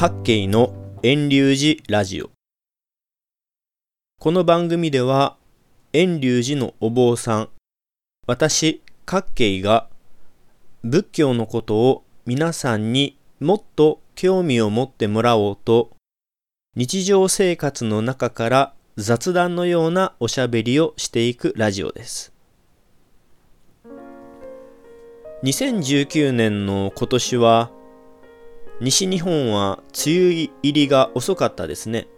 各慶の遠隆寺ラジオ。この番組では遠隆寺のお坊さん、私各慶が仏教のことを皆さんにもっと興味を持ってもらおうと、日常生活の中から雑談のようなおしゃべりをしていくラジオです。2019年の今年は西日本は梅雨入りが遅かったですね。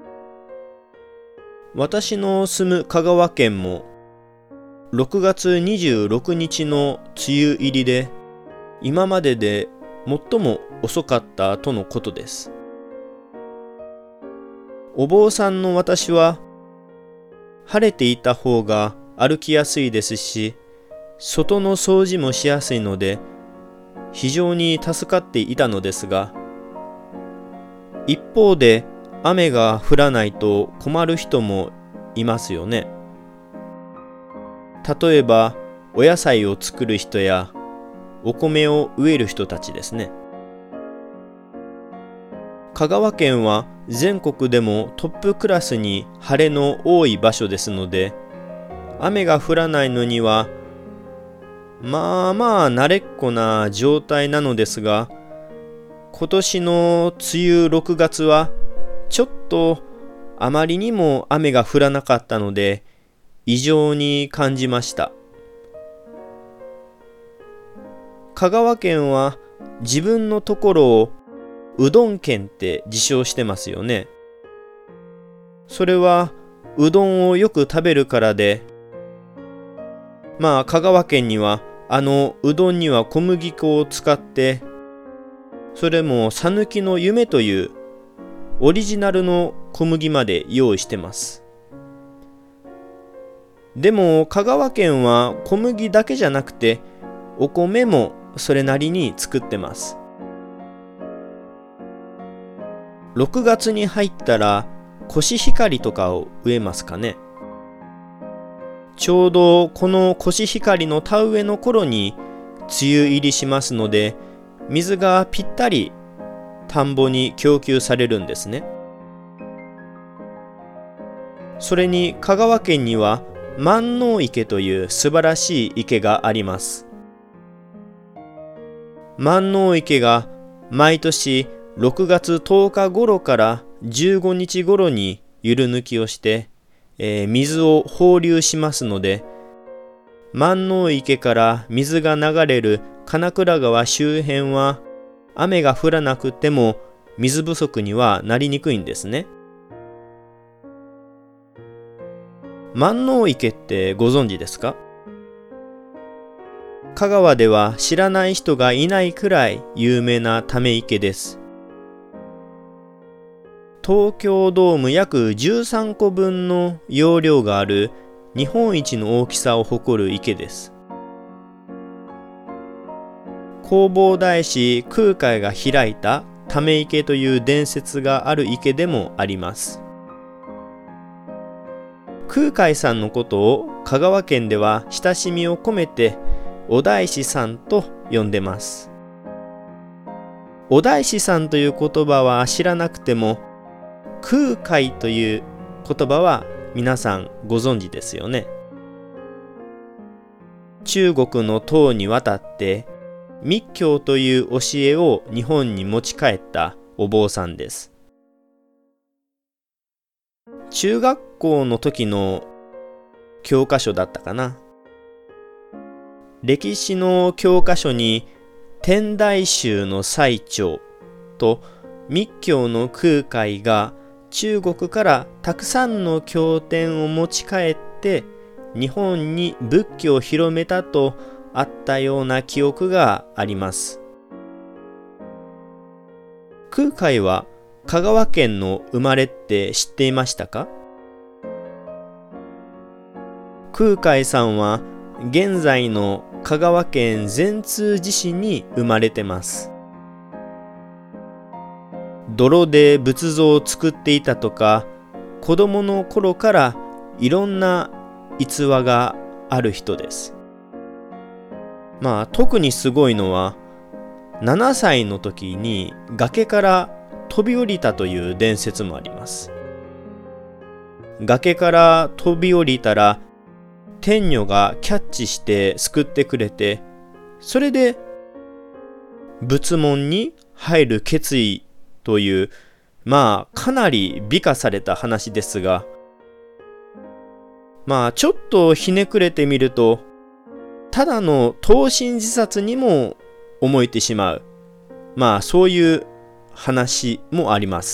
私の住む香川県も6月26日の梅雨入りで今までで最も遅かったとのことです。お坊さんの私は晴れていた方が歩きやすいですし、外の掃除もしやすいので非常に助かっていたのですが、一方で雨が降らないと困る人もいますよね。例えばお野菜を作る人やお米を植える人たちですね。香川県は全国でもトップクラスに晴れの多い場所ですので、雨が降らないのにはまあ慣れっこな状態なのですが、今年の梅雨6月はちょっとあまりにも雨が降らなかったので異常に感じました。香川県は自分のところをうどん県って自称してますよね。それはうどんをよく食べるからで、香川県にはうどんには小麦粉を使って、それもさぬきの夢というオリジナルの小麦まで用意してます。でも香川県は小麦だけじゃなくてお米もそれなりに作ってます。6月に入ったらコシヒカリとかを植えますかね。ちょうどこのコシヒカリの田植えの頃に梅雨入りしますので、水がぴったり田んぼに供給されるんですね。それに香川県には万能池という素晴らしい池があります。万能池が毎年6月10日頃から15日頃にゆる抜きをして水を放流しますので、万能池から水が流れる金倉川周辺は雨が降らなくても水不足にはなりにくいんですね。万能池ってご存知ですか？香川では知らない人がいないくらい有名なため池です。東京ドーム約13個分の容量がある日本一の大きさを誇る池です。弘法大師空海が開いたため池という伝説がある池でもあります。空海さんのことを香川県では親しみを込めてお大師さんと呼んでます。お大師さんという言葉は知らなくても、空海という言葉は皆さんご存知ですよね。中国の唐に渡って密教という教えを日本に持ち帰ったお坊さんです。中学校の時の教科書だったかな。歴史の教科書に天台宗の最澄と密教の空海が中国からたくさんの経典を持ち帰って日本に仏教を広めたとあったような記憶があります。空海は香川県の生まれって知っていましたか？空海さんは現在の香川県善通寺市に生まれてます。泥で仏像を作っていたとか、子供の頃からいろんな逸話がある人です。特にすごいのは7歳の時に崖から飛び降りたという伝説もあります。崖から飛び降りたら天女がキャッチして救ってくれて、それで仏門に入る決意という、かなり美化された話ですが、ちょっとひねくれてみると、ただの投身自殺にも思えてしまう、そういう話もあります。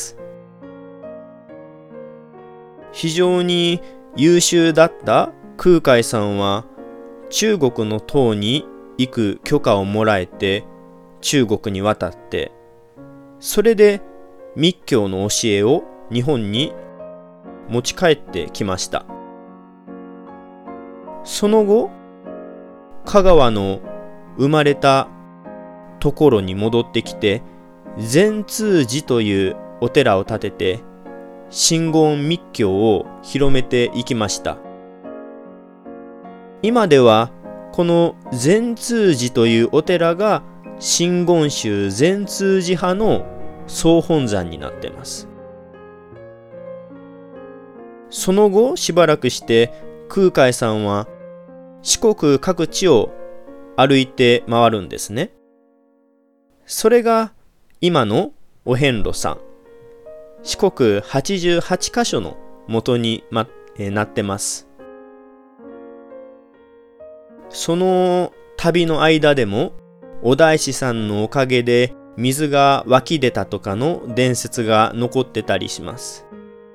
非常に優秀だった空海さんは中国の唐に行く許可をもらえて中国に渡って、それで密教の教えを日本に持ち帰ってきました。その後、香川の生まれたところに戻ってきて、善通寺というお寺を建てて真言密教を広めていきました。今ではこの善通寺というお寺が真言宗善通寺派の総本山になっています。その後しばらくして空海さんは四国各地を歩いて回るんですね。それが今のお遍路さん、四国88カ所の元に、なってます。その旅の間でもお大師さんのおかげで水が湧き出たとかの伝説が残ってたりします。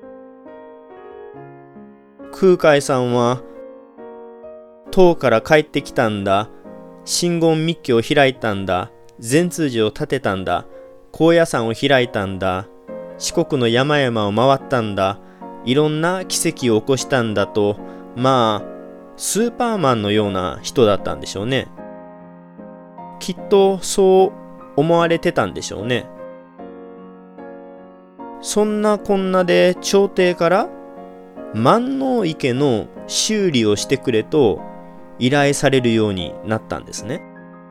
空海さんは唐から帰ってきたんだ、真言密教を開いたんだ、善通寺を建てたんだ、高野山を開いたんだ、四国の山々を回ったんだ、いろんな奇跡を起こしたんだと、スーパーマンのような人だったんでしょうね。きっとそう思われてたんでしょうね。そんなこんなで朝廷から万能池の修理をしてくれと依頼されるようになったんですね。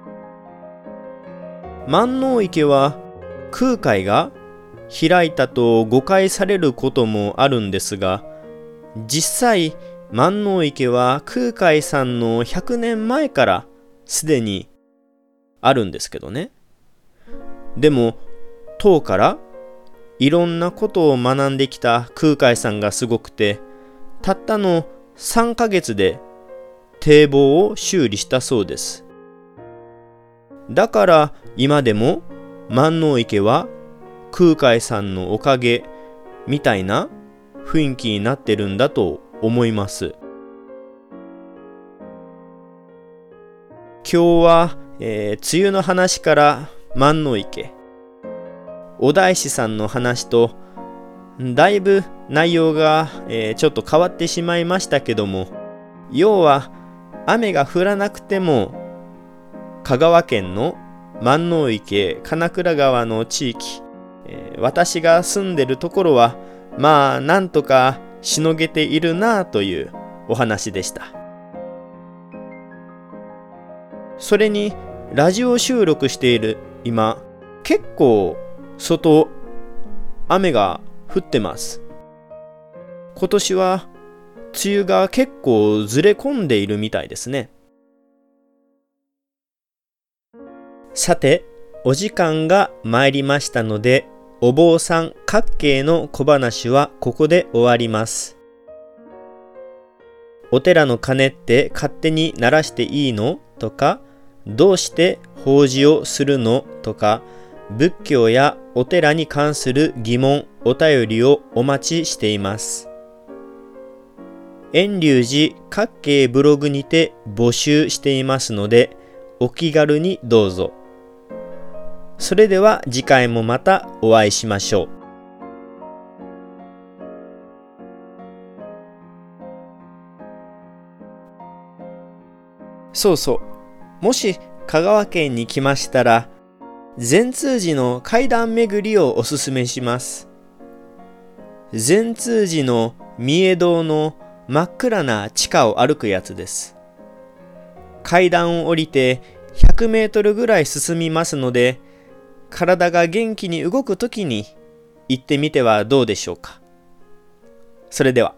万能池は空海が開いたと誤解されることもあるんですが、実際万能池は空海さんの100年前からすでにあるんですけどね。でも唐からいろんなことを学んできた空海さんがすごくて、たったの3ヶ月で堤防を修理したそうです。だから今でも万能池は空海さんのおかげみたいな雰囲気になってるんだと思います。今日は、梅雨の話から万能池、お大師さんの話とだいぶ内容が、ちょっと変わってしまいましたけども、要は雨が降らなくても香川県の万能池金倉川の地域、私が住んでるところはなんとかしのげているなというお話でした。それにラジオ収録している今、結構外雨が降ってます。今年は梅雨が結構ずれ込んでいるみたいですね。さて、お時間が参りましたので、お坊さん各系の小話はここで終わります。お寺の鐘って勝手に鳴らしていいの？とか、どうして法事をするの？とか、仏教やお寺に関する疑問、お便りをお待ちしています。遠隆寺各系ブログにて募集していますので、お気軽にどうぞ。それでは次回もまたお会いしましょう。そうそう。もし香川県に来ましたら、善通寺の階段巡りをおすすめします。善通寺の御枝堂の真っ暗な地下を歩くやつです。階段を降りて100メートルぐらい進みますので、体が元気に動くときに行ってみてはどうでしょうか。それでは。